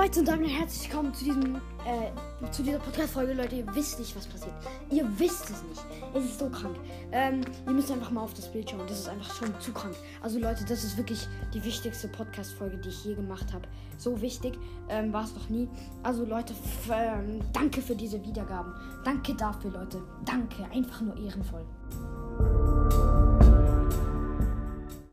Leute und damit herzlich willkommen zu dieser Podcast-Folge. Leute, ihr wisst nicht, was passiert. Ihr wisst es nicht. Es ist so krank. Ihr müsst einfach mal auf das Bild schauen. Das ist einfach schon zu krank. Also Leute, das ist wirklich die wichtigste Podcast-Folge, die ich je gemacht habe. So wichtig war es noch nie. Also Leute, danke für diese Wiedergaben. Danke dafür, Leute. Danke. Einfach nur ehrenvoll.